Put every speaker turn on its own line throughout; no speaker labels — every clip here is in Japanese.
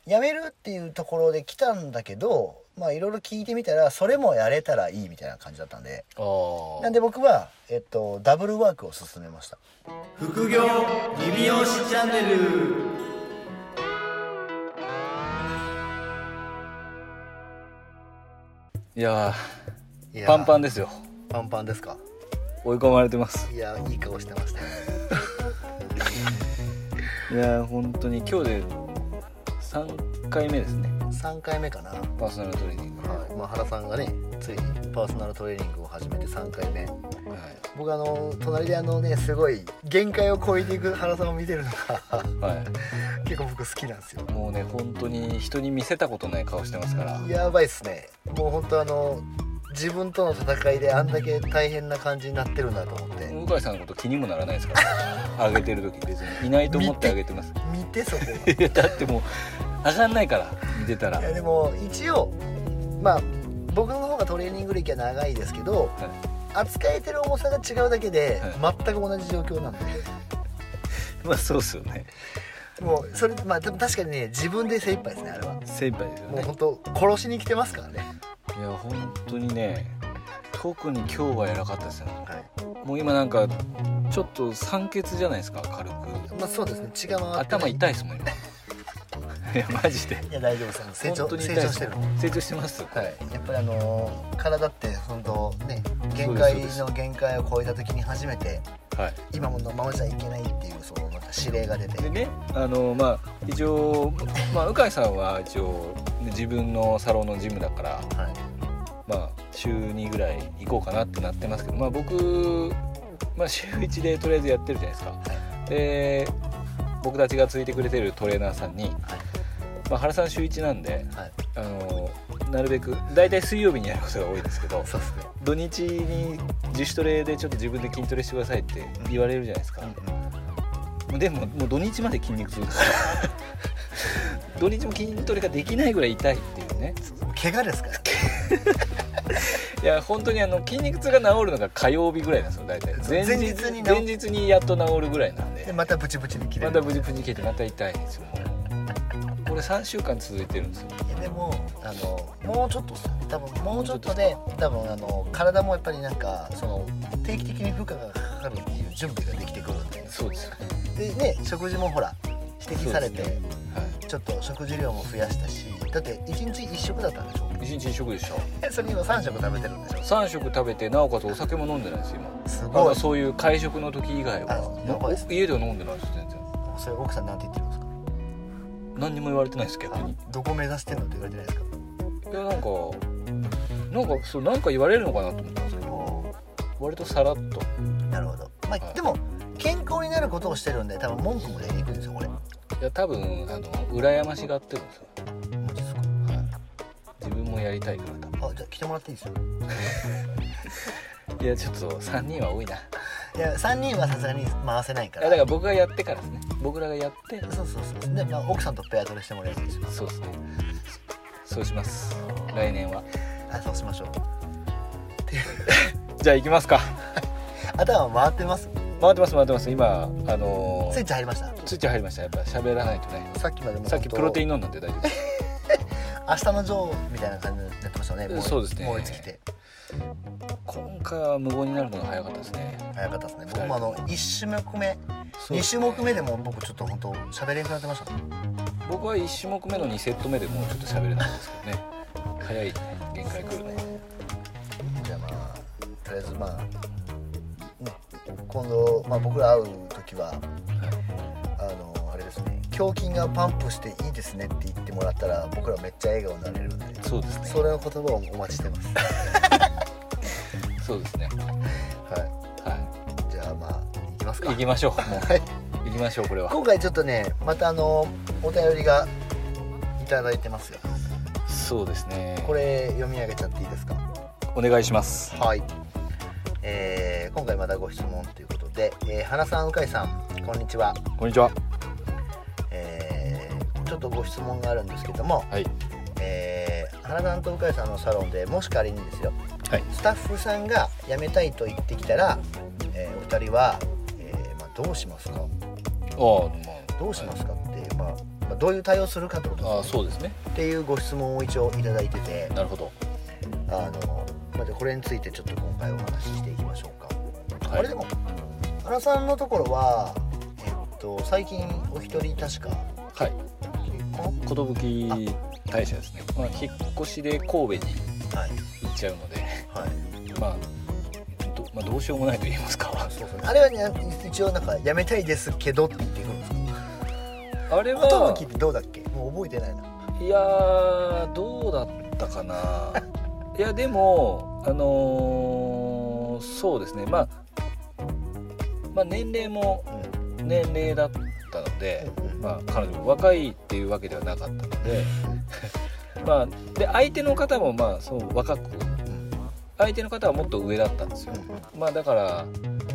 辞めるっていうところで来たんだけど、まあいろいろ聞いてみたらそれもやれたらいいみたいな感じだったんで、なんで僕は、ダブルワークを進めました。
副業リビオシチャンネル。
いやパンパンですよ。
パンパンですか。
追い込まれてます。
いやいい顔してましたね
いや本当に今日で3回目ですね。
3回目かな、
パーソナルトレーニング。
はい、まあ、原さんがねついにパーソナルトレーニングを始めて3回目、はい、僕隣でねすごい限界を超えていく原さんを見てるのが、はい、結構僕好きなんですよ。
もうね本当に人に見せたことない顔してますから。
やばいっすね。もう本当自分との戦いであんだけ大変な感じになってるんだと思って。
向井さんのこと気にもならないですから上げてる時別にいないと思って上げてます。
見てそこ
だってもう上がんないから見てたら。
いやでも一応まあ僕の方がトレーニング歴は長いですけど、はい、扱えてる重さが違うだけで、はい、全く同じ状況なんで
まあそうっすよね。
もうそれまあでも確かにね自分で精一杯ですね。あれは
精一杯ですよね。
もう本当殺しに来てますからね。
いや本当にね特に今日は偉かったですよね、はい、もう今なんかちょっと酸欠じゃないですか軽く。
まあそうですね。血が回って
頭痛いですもん今いやマジで。
いや大丈夫です。成長してる。
成長してますよ。
はい。やっぱり体って本当ね限界の限界を超えた時に初めて、はい、今のままじゃいけないっていうそのまた指令が出て。
でねまあ一応鵜飼さんは一応自分のサロンのジムだから、はい、まあ週2ぐらい行こうかなってなってますけど、まあ僕、まあ、週1でとりあえずやってるじゃないですか、はい、で僕たちがついてくれてるトレーナーさんに、はい、まあ、原さん週1なんで、はい、なるべくだいたい水曜日にやることが多いんですけど、そうですね、土日に自主トレでちょっと自分で筋トレしてくださいって言われるじゃないですか、うん、でもう土日まで筋肉痛です土日も筋トレができないぐらい痛いっていうね。
怪我ですから
いや本当に筋肉痛が治るのが火曜日ぐらいなんですよ大体。前日にやっと治るぐらいなんで。
でまたブチブチに切れる。
またブチブチに切れてまた痛いんですよ。これ3週間続いてるんですよ。
いやでももうちょっと多分もうちょっとで多分体もやっぱりなんか定期的に負荷がかかるっていう準備ができてくるんで。
そうですよ
ね。でね食事もほら指摘されて、ね、はい、ちょっと食事量も増やしたし、だって1日1食だったんでしょ。
1日1食でしょ。
それ今3食食べてるんでしょ。
3食食べてなおかつお酒も飲んでないです今。
すごい。
そういう会食の時以外は家では飲んでないです全然。
それ奥さんなんて言ってるんですか。
何にも言われてないです逆に。
どこ目指してんのって言われてないですか。
いやなんか言われるのかなと思ったんですけど割とさらっと。
なるほど、まあはい、でも健康になることをしてるんで多分文句も出にくいんですよこれ。
いや多分羨ましがってるんですよ。
マジですか。
はい、自分もやりたいから多分。
じゃあ来てもらっていいですよ
いやちょっと3人は多いな。
いや3人はさすがに回せないから。
だから僕がやってからですね。僕らがやって。
そうで、まあ、奥さんとペアトレしてもらえるんですよ。
そうですね。そうします来年は。
そうしましょう
じゃあ行きますか
頭回ってます。
回ってます今
スイッチ入りました。
スイッチ入りました。やっぱ喋らないとね。
さっきまでも
さっきプロテイン飲んだんで大丈夫です
明日のジョーみたいな感じになってましたね。
そうですね。
燃え尽きて
今回は無言になるのが早かったですね。
早かったですね。僕も1種目目2種目目でも僕ちょっっと本当喋れなくなってましたね。
僕は1種目目の2セット目でもうちょっと喋れないんですけどね早い限界来るね。
じゃあまあとりあえずまあね今度、まあ、僕ら会う時は、はい、あれですね胸筋がパンプしていいですねって言ってもらったら僕らめっちゃ笑顔になれるんで。
そうですね。
それの言葉をお待ちしてます
そうですね。
はい、じゃあまあ行きますか。
行きましょう。もう、はい、行きましょう。これは
今回ちょっとねまたお便りがいただいてますよ。
そうですね。
これ読み上げちゃっていいですか。
お願いします。
はい、今回またご質問ということで、花さん、鵜飼さん、こんにちは。
こんにちは。
ちょっとご質問があるんですけども、
はい、
花さんと鵜飼さんのサロンでもし仮にですよ、
はい、
スタッフさんが辞めたいと言ってきたら、お二人は、まあ、どうしますか。
ど
うしますかって、まあ、 どういう対応するかってことですね。
そうですね
っていうご質問を一応いただいてて、
なるほど。
じゃあこれについてちょっと今回お話ししていきましょうか。
はい、
あれでも原さんのところは最近お一人確か
はい寿大社ですね、引っ越しで神戸に行っちゃうので、
はい、
どうしようもないと言いますか。
そうそう、ね、あれは、ね、一応なんかやめたいですけどって言ってくるんですか。
あれは
寿ってどうだっけ、もう覚えてないな。
いやーどうだったかないやでもそうですね、まあ年齢も年齢だったので、彼女も若いっていうわけではなかったのでで相手の方もそう若く、相手の方はもっと上だったんですよ。だから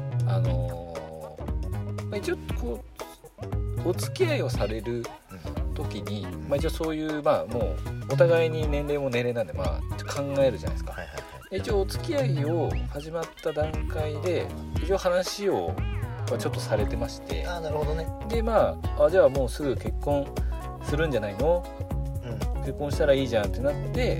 一応こうお付き合いをされる時に、一応そういうもうお互いに年齢も年齢なんで考えるじゃないですか。一応お付き合いを始まった段階で一応話をちょっとされてまして、
なるほどね。
でじゃあもうすぐ結婚するんじゃないの、結婚したらいいじゃんってなって、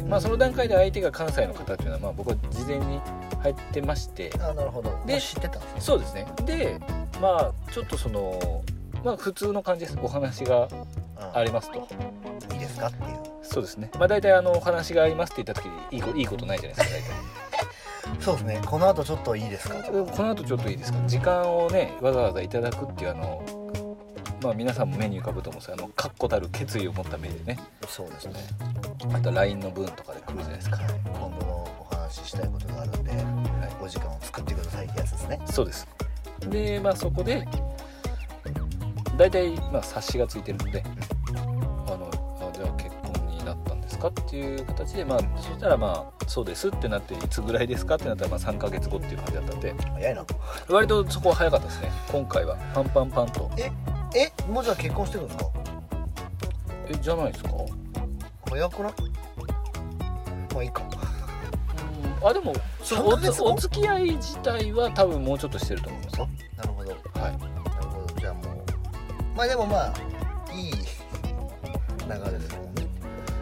その段階で相手が関西の方っていうのは僕は事前に入ってまして、
なるほど。で知ってたんですね。
そうですね。でちょっと普通の感じです。お話がありますと、
いいですかっていう。そうですね。
大体お話がありますって言った時にいいことないじゃないですか大体。
そうですね。この後ちょっといいですか。
この後ちょっといいですか。時間をねわざわざいただくっていう皆さんも目に浮かぶと思うんですけど、確固たる決意を持った目でね。
そうですね。
あと LINE の文とかで来るじゃないですか。
今度のお話ししたいことがあるんで、お時間を作ってくださいってやつですね。
そうです。でそこで大体察しがついてるので、じゃあ結婚になったんですかっていう形でそしたらそうですってなって、いつぐらいですかってなったら3ヶ月後っていう感じだったんで、早
いな。
割とそこは早かったですね今回は。パンパンパンと。
もうじゃあ結婚してるんですか。
じゃないですか。
早くない？いいか。
でもお付き合い自体は多分もうちょっとしてると思いますよ。
なるほど。
はい。
なるほど。じゃあもうでもいい流れですもんね。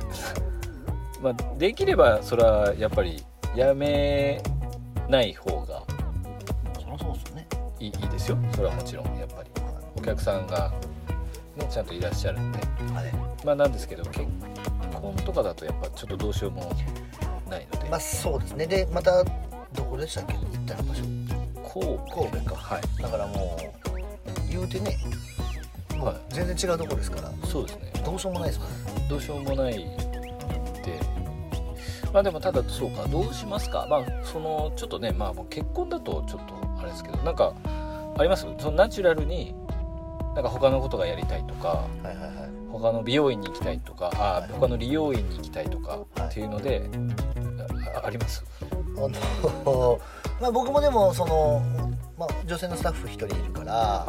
できればそれはやっぱりやめない方が
そりゃそうですよね。
いいですよ。それはもちろんやっぱりお客さんが、ね、ちゃんといらっしゃるんで、なんですけど結婚とかだとやっぱちょっとどうしようもないので、
そうですね。でまたどこでしたっけ、行ったの場所。神戸か。
はい。
だからもう言うてね、もう全然違うとこですから。
そうですね。
どうしようもないですもんね。どうしようもない
で、でもただそうか、どうしますか。ちょっとね、もう結婚だとちょっとあれですけど、なんかあります？そのナチュラルになんか他のことがやりたいとか、他の美容院に行きたいとか、他の理容院に行きたいとかっていうので、あります？
僕もでも女性のスタッフ1人いるから、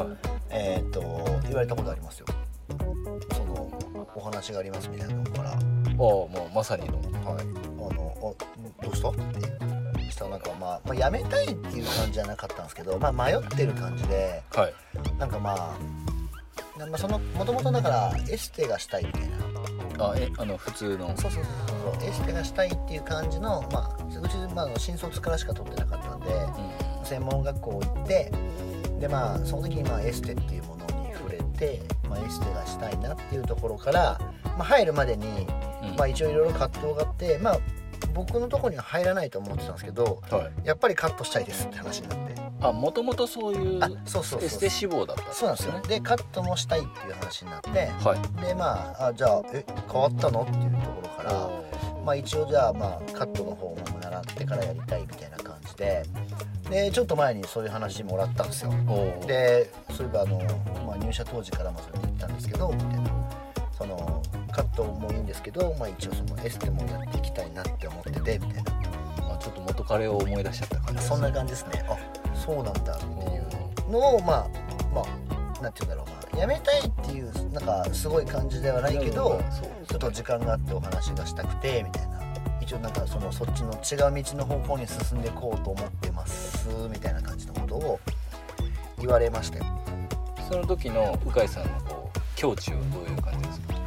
言われたことありますよ。お話がありますみたいなのから。
もうまさにの。
どうしたっていうしたらなんかやめたいっていう感じじゃなかったんですけど、迷ってる感じで、なんかもともとだからエステがしたいみたいな。
普通の。
そうエステがしたいっていう感じのうち新卒からしか取ってなかったんで、専門学校行って、でその時にエステっていうものに触れて、エステがしたいなっていうところから、入るまでに、一応いろいろ葛藤があって、僕のところには入らないと思ってたんですけど、やっぱりカットしたいですって話になって。
もともとそういうエステ志望だったんですね。
そうなんですよ。でカットもしたいっていう話になって、でじゃあ変わったのっていうところから、一応じゃあカットの方も習ってからやりたいみたいな感じで、ちょっと前にそういう話もらったんですよ。でそういえば入社当時からもそれで言ったんですけどみたいな、カットもいいんですけど、一応エステもやっていきたいなって思っててみたいな、
ちょっと元彼を思い出しちゃった感じですね。
そんな感じですね。そうなんだっていうのをなんて言うんだろう、やめたいっていうなんかすごい感じではないけど、ちょっと時間があってお話がしたくてみたいな、一応なんかそっちの違う道の方向に進んでいこうと思ってますみたいな感じのことを言われましたよ。
その時の鵜飼さんの胸中はどういう感じですか？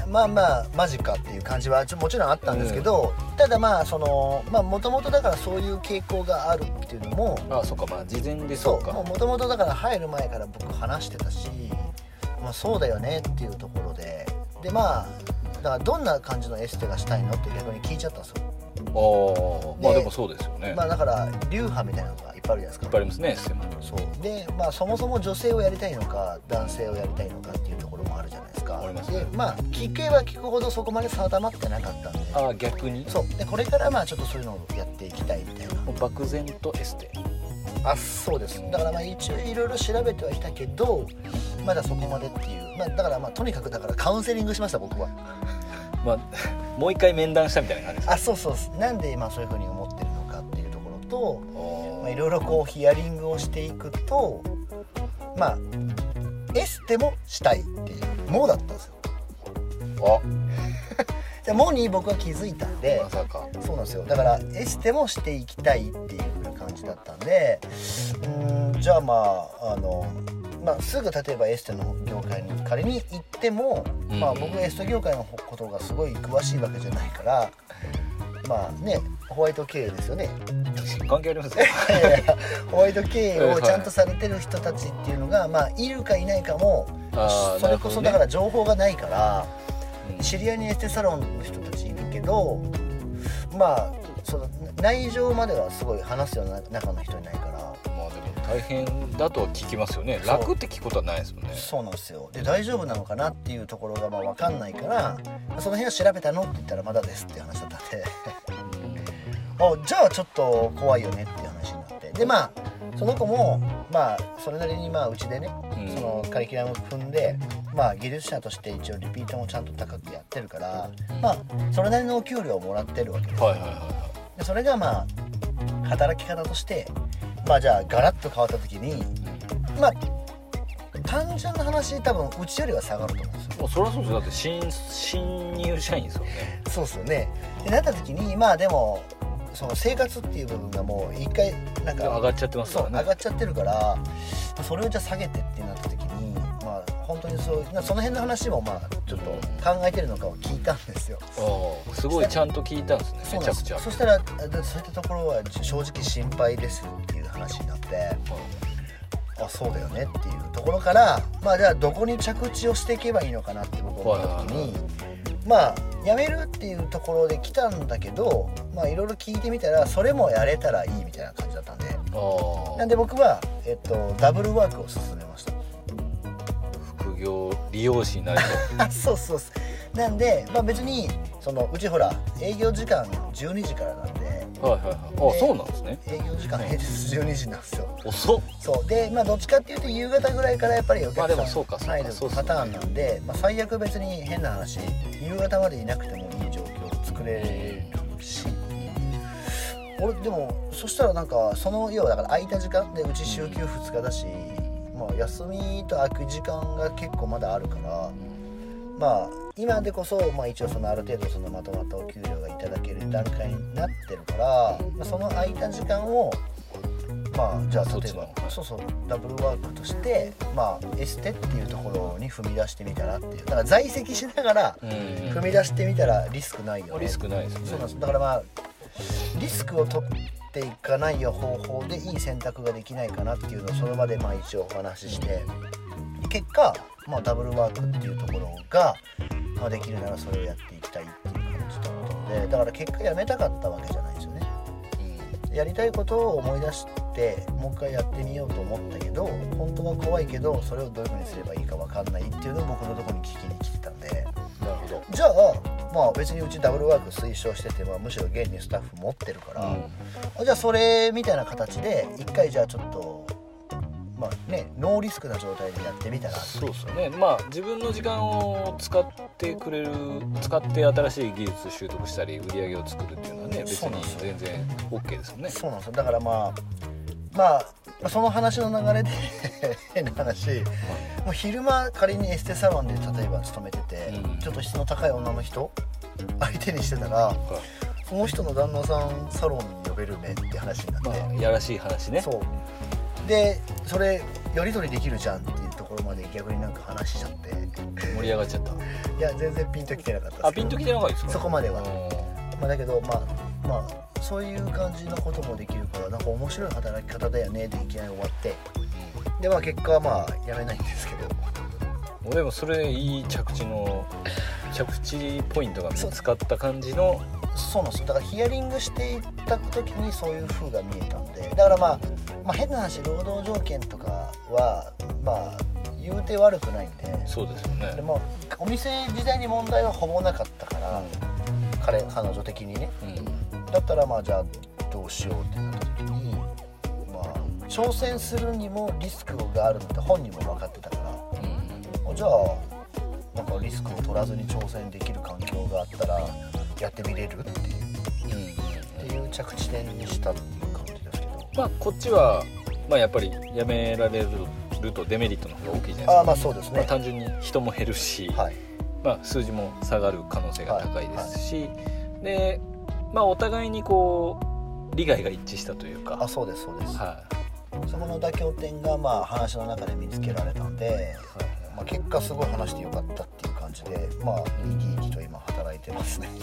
まあマジかっていう感じはもちろんあったんですけど、ただまあそのもともとだからそういう傾向があるっていうのも、
そうか、まあ事前でそうか、
もともとだから入る前から僕話してたし、まあそうだよねっていうところで、まあだからどんな感じのエステがしたいのって逆に聞いちゃったんですよ。
まあでもそうですよね。
まあだから流派みたいなのがいっぱいあるじゃないですか。
いっぱいありますね、エステも。
そうで、まあそもそも女性をやりたいのか男性をやりたいのかっていうところもあるじゃないですか。
ありますね。
でまあ聞けば聞くほどそこまで定まってなかったんで。
逆に。
そうでこれからまあちょっとそういうのをやっていきたいみたいな。
漠然とエステ。
そうです。だからまあ一応いろいろ調べてはいたけどまだそこまでっていう、まあだからまあとにかくだからカウンセリングしました僕は。
まあもう一回面談したみたいな感じですか。
そうなんでまあそういう風に思ってるのかっていうところと、まあいろいろこうヒアリングをしていくと、まあエステもしたいっていうもうだったんですよ。じゃあもうに僕は気づいたんで、
まさか。
そうなんですよ。だからエステもしていきたいっていう風な感じだったんで、じゃあまあすぐ例えばエステの業界に仮に行っても、まあ僕エステ業界のことがすごい詳しいわけじゃないから、まあねホワイト経営ですよね。
関係ありますよ。
ホワイト経営をちゃんとされてる人たちっていうのが、まあいるかいないかも、それこそだから情報がないから、知り合いにエステサロンの人たちいるけど、まあその内情まではすごい話すような中の人いないから。
まあでも大変だとは聞きますよね。楽って聞くことはないですもんね。そう
なんですよ。で大丈夫なのかなっていうところがまあ分かんないから、その辺は調べたのって言ったらまだですっていう話だったんでじゃあちょっと怖いよねっていう話になって、でまあその子もまあそれなりにまあうちでね、そのカリキュラム踏んで、まあ技術者として一応リピートもちゃんと高くやってるから、まあそれなりのお給料をもらってるわけですよ。でそれがまあ働き方としてまあじゃあガラッと変わった時に、まあ単純な話多分うちよりは下がると思うんですよ。
もうそりゃそうですよ。だって新入社員ですよね。
そうですよね。でなった時にまあでもその生活っていう部分がもう一回なんか
上がっちゃってますからね。
上がっちゃってるから、それをじゃあ下げてってなった時に、まあ本当にその辺の話もまあちょっと考えてるのかを聞いたんですよ。
すごいちゃんと聞いたんですね。めちゃくちゃ。
そしたらそういったところは正直心配ですっていう話になって、そうだよねっていうところから、まあじゃあどこに着地をしていけばいいのかなって僕思った時に、まあ辞めるっていうところで来たんだけど、まあいろいろ聞いてみたらそれもやれたらいいみたいな感じだったんで、なんで僕はダブルワークを進めました。
副業理容師になると
そうなんで、まあ別にそのうちほら営業時間12時からなんで、
そうなんですね。
営業時間平日12時なんですよ。
遅っ。
そうで、まあどっちかっていうと夕方ぐらいからやっぱりお客さん入るパターンなんで、まあ最悪別に変な話夕方までいなくてもいい状況を作れるし、俺でもそしたらなんかその要はだから空いた時間でうち週休2日だし、まあ休みと空く時間が結構まだあるから、まあ今でこそ、まあ、一応そのある程度そのまとまったお給料がいただける段階になってるから、まあ、その空いた時間をまあじゃあ例えばそうダブルワークとしてまあエステっていうところに踏み出してみたらっていう、だから在籍しながら踏み出してみたらリスクないよね。
リスクないですね。
そうなんです。だからまあリスクを取っていかない方法でいい選択ができないかなっていうのをその場でまあ一応お話しして、結果まあダブルワークっていうところが、まあ、できるならそれをやっていきたいっていう感じだったので、だから結果やめたかったわけじゃないですよね。やりたいことを思い出してもう一回やってみようと思ったけど、本当は怖いけどそれをどういう風にすればいいか分かんないっていうのを僕のところに聞きに来てたんで、
なるほど。
じゃあまあ別にうちダブルワーク推奨してて、まあ、むしろ現にスタッフ持ってるから、じゃあそれみたいな形で一回じゃあちょっとまあね、ノーリスクな状態でやってみたら。
そうですよね。まあ自分の時間を使って新しい技術習得したり売り上げを作るっていうのはね、別に全然 OK ですよね。
そうなんですよ。だからまあその話の流れで変な話、もう昼間仮にエステサロンで例えば勤めてて、ちょっと質の高い女の人相手にしてたら、その人の旦那さんサロンに呼べるねって話になって、
まあやらしい話ね。
そうでそれやり取りできるじゃんっていうとこころまで逆になんか話しちゃって
盛り上がっちゃった。
いや全然ピンときてなかったですけど。
あ、ピンときてなかったですか。
そこまでは。まあ、だけどまあそういう感じのこともできるからなんか面白い働き方だよねでいきなり終わって、でまあ結果はまあやめないんですけど。
でもそれいい着地ポイントが見つかった感じの。
そうなんですよ。だからヒアリングしていった時にそういう風が見えたんで、だからまあ変な話労働条件とかはまあ言うて悪くないんで。
そうですよね。
でもお店自体に問題はほぼなかったから、彼女的にね、だったらまあじゃあどうしようってなった時に、まあ挑戦するにもリスクがあるのって本人も分かってたから、じゃあなんかリスクを取らずに挑戦できる環境があったらやってみれるっていう着地点にしたっていう感じですけど、
まあこっちはまあやっぱりやめられるとデメリットの方が大きいじゃないですか。
まあそうですね。
単純に人も減るし、まあ数字も下がる可能性が高いですし、でまあお互いにこう利害が一致したというか。
そうですそうです。そこの妥協点がまあ話の中で見つけられたんで、まあ、結果すごい話してよかったっていう感じで、まあ生き生きと今働いてますね。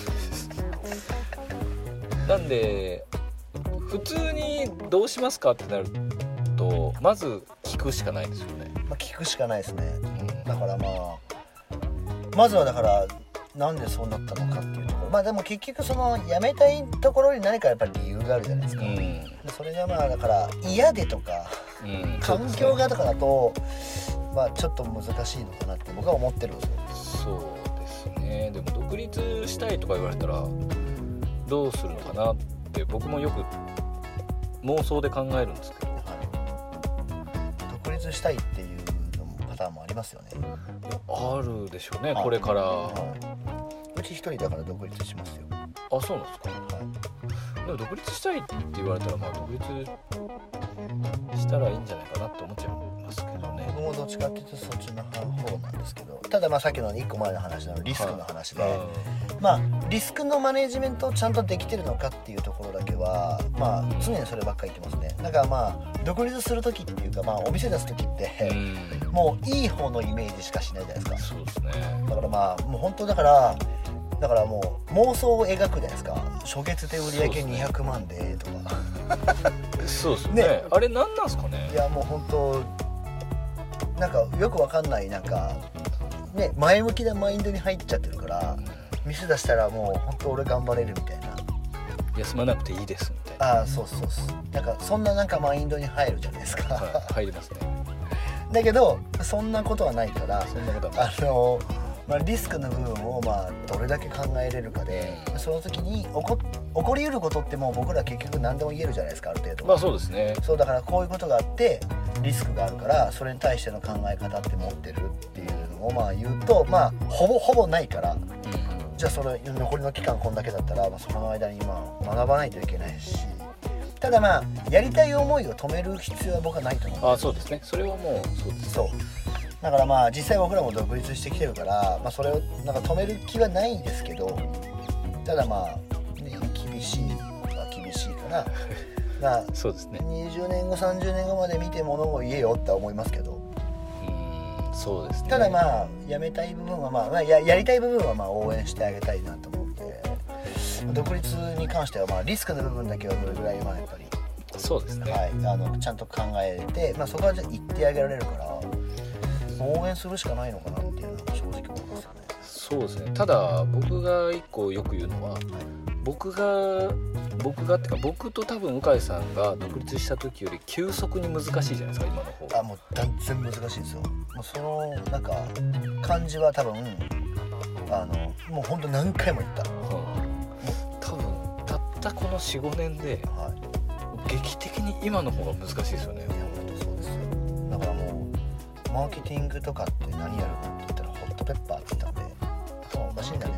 なん
で普通にどうしますかってなるとまず聞くしかないですよね。
聞くしかないですね。だからまずはだからなんでそうなったのかっていうところ、まあでも結局その辞めたいところに何かやっぱり理由があるじゃないですか。それがまあだから嫌でとか、環境がとかだとまあちょっと難しいのかなって僕は思ってるんですよ。
そうですね。でも独立したいとか言われたらどうするのかなって僕もよく妄想で考えるんですけど、
独立したいっていうのもパターンもありますよね。
あるでしょうね、これから。
うち一人だから独立しますよ。
そうなんですか。でも独立したいって言われたらまあ独立したらいいんじゃないかなって思っちゃいますけどね。
僕もどっちかっていうとそっちの方なんですけど、ただまあさっきの1個前の話のリスクの話で、まあリスクのマネジメントをちゃんとできてるのかっていうところだけはまあ常にそればっかり言ってますね。だからまあ独立する時っていうかまあお店出す時ってもういい方のイメージしかしないじゃないですか。
そうですね。
だからまあもう本当だからもう妄想を描くじゃないですか。初月で売り上げ200万でとか
そうですね。あれ何なんすかね。
いやもう本当なんかよくわかんないなんかね前向きなマインドに入っちゃってるから、店出したらもう本当俺頑張れるみたいな、
休まなくていいですみたいな。
そうなんかそんななんかマインドに入るじゃないですか。
入りますね。
だけどそんなことはないから、
そんなことは
まあ、リスクの部分をまあどれだけ考えれるかで、その時に起こりうることってもう僕ら結局何でも言えるじゃないですか、ある程度。
まあそうですね。
そうだからこういうことがあってリスクがあるからそれに対しての考え方って持ってるっていうのをまあ言うとまあほぼないから、じゃあその残りの期間こんだけだったら、まあ、その間にまあ学ばないといけないし、ただまあやりたい思いを止める必要は僕はないと思う。
そうですね。それはもうそうです。
そうだからまあ実際僕らも独立してきてるから、まあ、それをなんか止める気はないんですけど、ただまあ、ね、厳しいかな
そうですね。
20年後30年後まで見て物を言えよって思いますけど、
そうですね。
ただまあやめたい部分はまあ、やりたい部分はまあ応援してあげたいなと思って、独立に関してはまあリスクの部分だけはどれぐらいまあやっぱり
そうですね、
ちゃんと考えて、まあ、そこはじゃあ言ってあげられるから応援するしかないのかなっていうのは正直思いますよね。
そうですね。ただ僕が一個よく言うのは、僕がってか僕と多分向井さんが独立した時より急速に難しいじゃないですか、今の方が。
もう断然難しいですよ。もうそのなんか感じは多分もうほんと何回も言った、
多分たったこの 4,5 年で、劇的に今の方が難しいですよね。
いや本当そうですよ。だからもうマーケティングとかって何やるのって言ったらホットペッパーって言ったんで、おかしいんだね。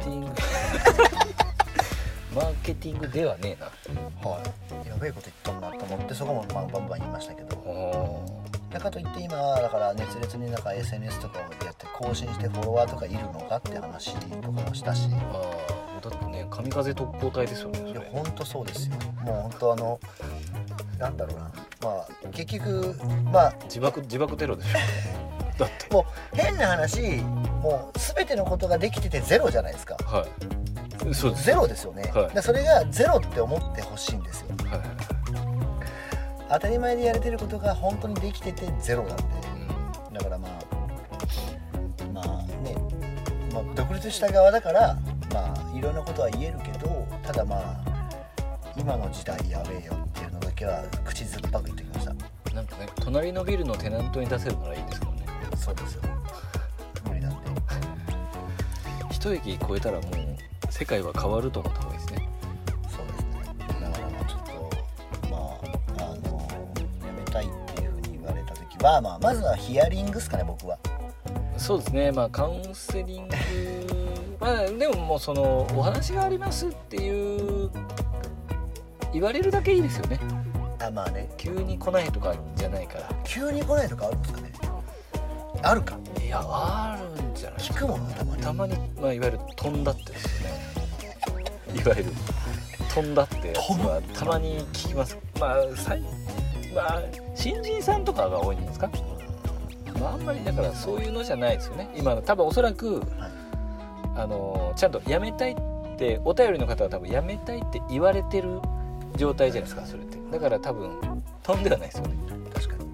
マーケティングではねえな。
やべえこと言っとんなと思って、そこもまあバンバン言いましたけど、だからといって今だから熱烈になんか SNS とかをやって更新してフォロワーとかいるのかって話とかもしたし、
だってね、神風特攻隊ですよね。
いや本当そうですよ。もう本当なんだろうな、まあ結局まあ
自爆テロでしょだって
もう変な話、もう全てのことができててゼロじゃないですか。
はいそうです
ゼロですよね、
はい、
でそれがゼロって思ってほしいんですよ、
はい、
当たり前でやれてることが本当にできててゼロなんで、だからまあね、独立した側だからいろんなことは言えるけど、ただ今の時代やべえよっていうのだけは口酸っぱく言ってきました。
なんかね、隣のビルのテナントに出せるならいいですけどね。
そうですよ、無理なんで
一駅越えたらもう世界は変わると思った方がいいですね。
そうですね。だからちょっとやめたいっていうふうに言われた時はまずはヒアリングですかね、僕は。
そうですね、カウンセリングでももうそのお話がありますっていう言われるだけいいですよね。
ね、
急に来ないとかじゃないから。
急に来ないとかあるんですかね。あるか。
いや、あるんじゃない。
聞くもんね、
たまに、いわゆる飛んだってですよね。いわゆる飛んだってやつはたまに聞きます。新人さんとかが多いんですか。あんまりだからそういうのじゃないですよね。今多分おそらく、ちゃんと辞めたいってお便りの方は多分辞めたいって言われてる状態じゃないですか、それって。だから多分飛んではないですよね。
確かに。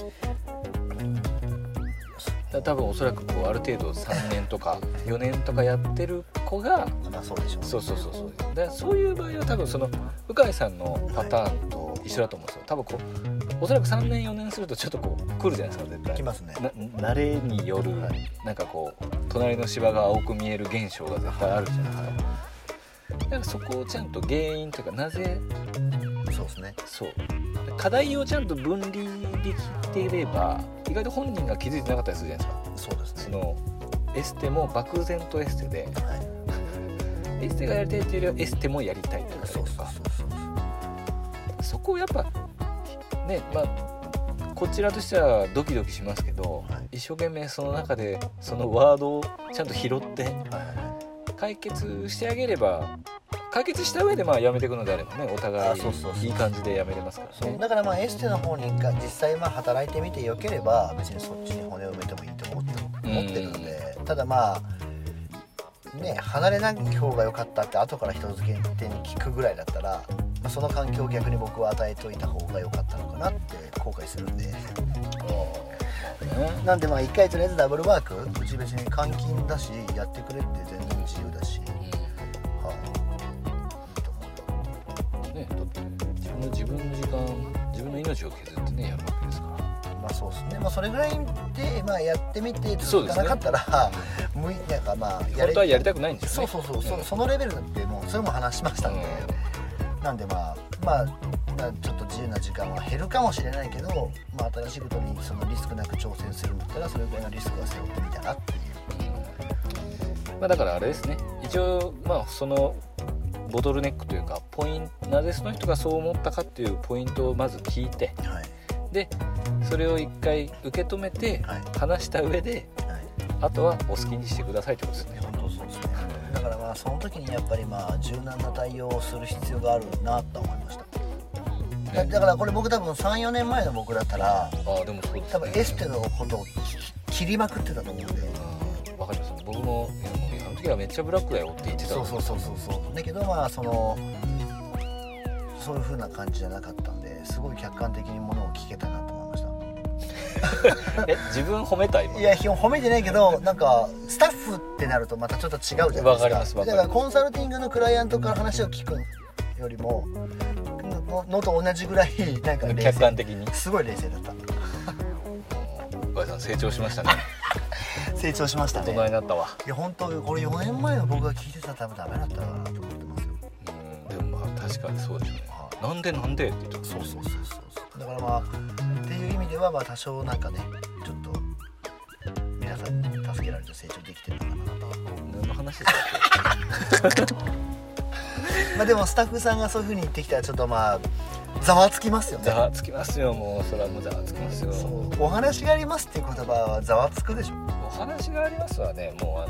多分おそらくある程度3年とか4年とかやってる子が
そうでしょうね。
そうだからそういう場合は多分その鵜飼さんのパターンと一緒だと思うんですよ。多分おそらく3年4年するとちょっと来るじゃないですか、絶対。
来ますね。
慣れによる、なんか隣の芝が青く見える現象が絶対あるじゃないですか。だからそこをちゃんと原因というか、なぜ
そうですね。
そう課題をちゃんと分離できていれば意外と本人が気づいてなかったりするじゃないですか。
そうですね。
そのエステも漠然とエステで、エステがやりたいっていうよりはエステもやりたいとか、そこをやっぱね、こちらとしてはドキドキしますけど、一生懸命その中でそのワードをちゃんと拾って解決してあげれば、解決した上で辞めていくのであればね、お互いいい感じで辞めれますからね。
だからエステの方に実際働いてみてよければ別にそっちに骨を埋めてもいいと思ってるので、ただ離れない方が良かったって後から人付けに聞くぐらいだったら、その環境を逆に僕は与えといた方が良かったのかなって後悔するんでなんで一回とりあえずダブルワーク、うち別に監禁だしやってくれって全然自由だし、いいと思うよ。
だって自分の時間、自分の命を削ってねやるわけですから。
そうですね。それぐらいでやってみて続かなかったら、本
当はやりたくないんですよね。
そのレベルだってもうそれも話しましたんで、なんでちょっと自由な時間は減るかもしれないけど、新しいことにそのリスクなく挑戦するんだったらそれぐらいのリスクは背負ってみたらっていう。
だからあれですね。一応そのボトルネックというかなぜその人がそう思ったかっていうポイントをまず聞いて、でそれを一回受け止めて話した上で、あとはお好きにしてくださいってことですね。
本当そうですね。だからその時にやっぱり柔軟な対応をする必要があるなと思いました。だからこれ僕多分 3,4 年前の僕だったら
でもそうですね、
多分エステのことを切りまくってたと思うんで。
わかります。僕もあの時はめっちゃブラックだよって言ってた。
そうだけどそういう風な感じじゃなかったんで、すごい客観的にものを聞けたなと思いました。
自分褒めた今。
いや褒めてないけど、スタッフってなるとまたちょっと違うじゃないですか。
わかります。
だからコンサルティングのクライアントから話を聞くよりものと同じぐらい
客観的に
すごい冷静だった。
お母さん成長しましたね。
成長しましたね。
大人になったわ。
いや本当これ4年前の僕が聞いてたら多分ダメだったかなと思ってますよ。
でも確かにそうでしょうね。なんでって言ってた。
そうだからっていう意味では多少ちょっと皆さんに助けられて成長できてるのかなと。
何の話ですか。
でもスタッフさんがそういう風に言ってきたらちょっとざわつきますよね。
ざわつきますよ。もうそれはもうざわつきますよ。
お話がありますっていう言葉はざわつくでしょ。
お話がありますはね、もうイ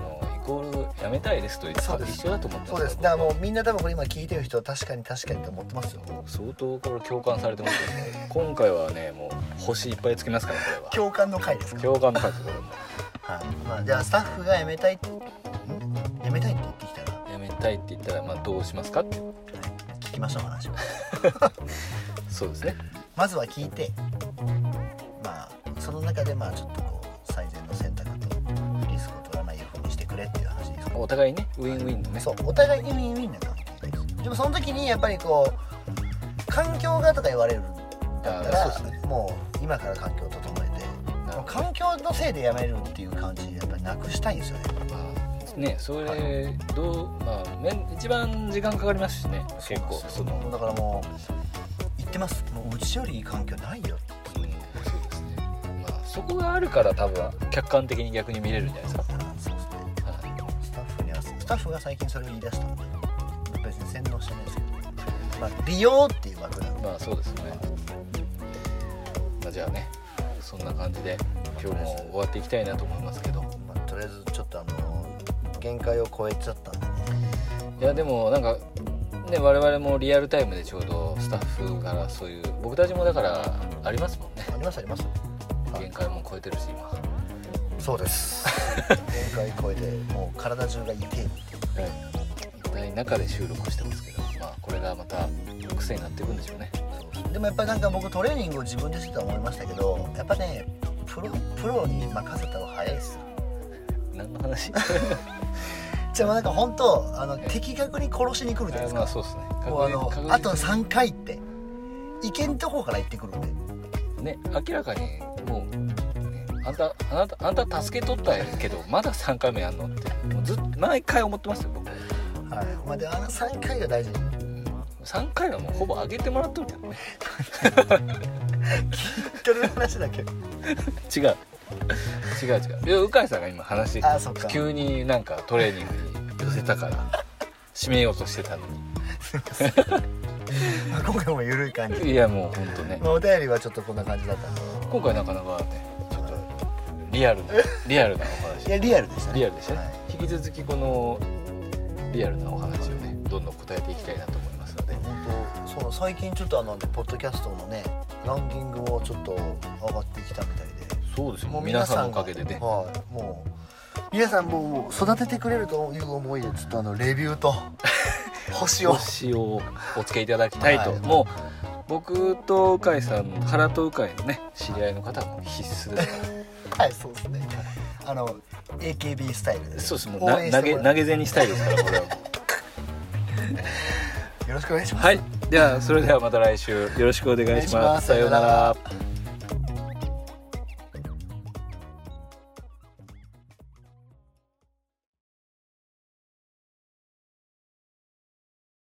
コールやめたいですと一緒だと思ってます。
そうです。だからもうみんな多分これ今聞いてる人は確かにと思ってますよ。
相当これ共感されてますよね。今回はねもう星いっぱいつきますからこれは。
共感の回ですか。
共感の回ですこれも。
はい。まあじゃあスタッフが辞めたいって言ってきたら。
辞めたいって言ったらまあどうしますかって。はい、
聞きましょう話を。
そうですね。
まずは聞いて、まあその中でまあちょっとこう最善の選択とリスクを取らないようにしてくれっていう話です。
お互いねウィンウィンのね。
そうお互いにウィンウィンな関係です。でもその時にやっぱりこう環境がとか言われるんだったら、ね、もう今から環境を整えて、環境のせいでやめるっていう感じでやっぱりなくしたいんですよね。
ね、それどう、まあ、一番時間かかりますしね。結構その
だからもう言ってます。もううちよりいい環境ないよっていう。
そうですね。まあそこがあるから多分客観的に逆に見れるんじゃないですか。
そうですね。スタッフが最近それを言い出したんで、別に洗脳してないですけど、まあ利用っていう枠なんで。
まあそうですね。まあじゃあね、そんな感じで今日も終わっていきたいなと思いますけど、
まあ、とりあえずちょっと限界を超えちゃったんでね。
いやでもなんかね我々もリアルタイムでちょうどスタッフからそういう僕たちもだからありますもんね。
あります
限界も超えてるし今。
そうです限界超えてもう体中が痛いっていう、
はい、中で収録してますけど、まあこれがまた癖になっていくんでしょうね。
でもやっぱりなんか僕トレーニングを自分でしてたと思いましたけど、やっぱねプロに任せた方が早いっすよ。
何の話
じゃあなんか本当的確に殺しに来るじゃないですか。
まあそうですね。
もうあと3回っていけんとこから行ってくるんで
ね、明らかにもう、ね、あんた助けとったけどまだ3回目やんのってもうずっと毎回思ってますよ僕。
はい。まあで3回が大事。
3回はもうほぼ上げてもらっとるけどね
聞いてる話だけど
違ういや鵜飼さんが今話急になんかトレーニングに寄せたから締めようとしてたのに
今回も緩い感じ。
いやもうほんとね、
まあ、お便りはちょっとこんな感じだったんで、
今回なかなかねちょっとリアルなお話。
いやリアルでしたね。
はい、引き続きこのリアルなお話をねどんどん答えていきたいなと思いますので。
本当最近ちょっとポッドキャストのねランキングもちょっと上がってきたみたいで。
そうですよ。もう皆さんのおかげでね。
はい。もう皆さんもう育ててくれるという思いでちょっとレビューと星を
お付けいただきたいと、はい、もう僕と鵜飼さん原と鵜飼のね知り合いの方も必須ですから
はいそうですね。AKB スタイルで
そうです。もう投げ銭スタイルですからこれはも
うよろしくお願いします。
はい。ではそれではまた来週よろしくお願いします。さようなら。